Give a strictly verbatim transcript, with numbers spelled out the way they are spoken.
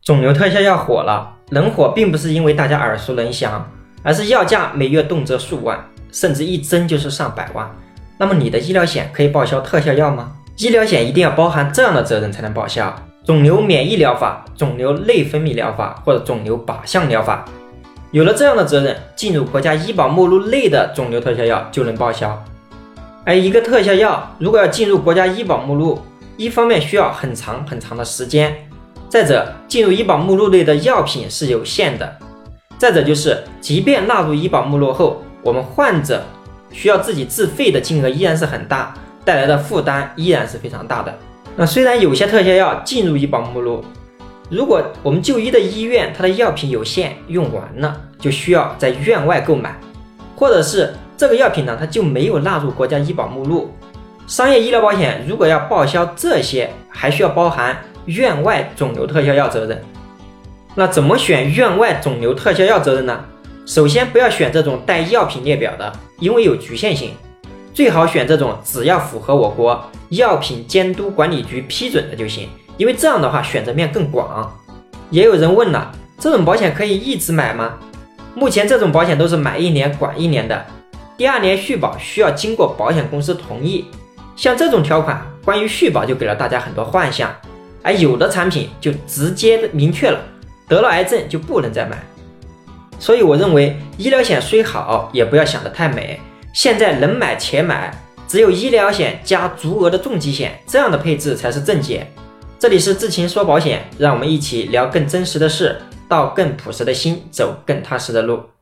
肿瘤特效药火了，能火并不是因为大家耳熟能详，而是药价每月动辄数万，甚至一针就是上百万。那么你的医疗险可以报销特效药吗？医疗险一定要包含这样的责任才能报销：肿瘤免疫疗法、肿瘤内分泌疗法或者肿瘤靶向疗法。有了这样的责任，进入国家医保目录内的肿瘤特效药就能报销。而一个特效药如果要进入国家医保目录，一方面需要很长很长的时间，再者进入医保目录内的药品是有限的，再者就是即便纳入医保目录后，我们患者需要自己自费的金额依然是很大，带来的负担依然是非常大的。那虽然有些特效药进入医保目录，如果我们就医的医院它的药品有限，用完了就需要在院外购买，或者是这个药品呢它就没有纳入国家医保目录。商业医疗保险如果要报销这些，还需要包含院外肿瘤特效药责任。那怎么选院外肿瘤特效药责任呢？首先不要选这种带药品列表的，因为有局限性，最好选这种只要符合我国药品监督管理局批准的就行，因为这样的话选择面更广。也有人问了，这种保险可以一直买吗？目前这种保险都是买一年管一年的，第二年续保需要经过保险公司同意。像这种条款，关于续保就给了大家很多幻想，而有的产品就直接明确了，得了癌症就不能再买。所以我认为医疗险虽好，也不要想得太美，现在能买且买，只有医疗险加足额的重疾险，这样的配置才是正解。这里是智勤说保险，让我们一起聊更真实的事，到更朴实的心，走更踏实的路。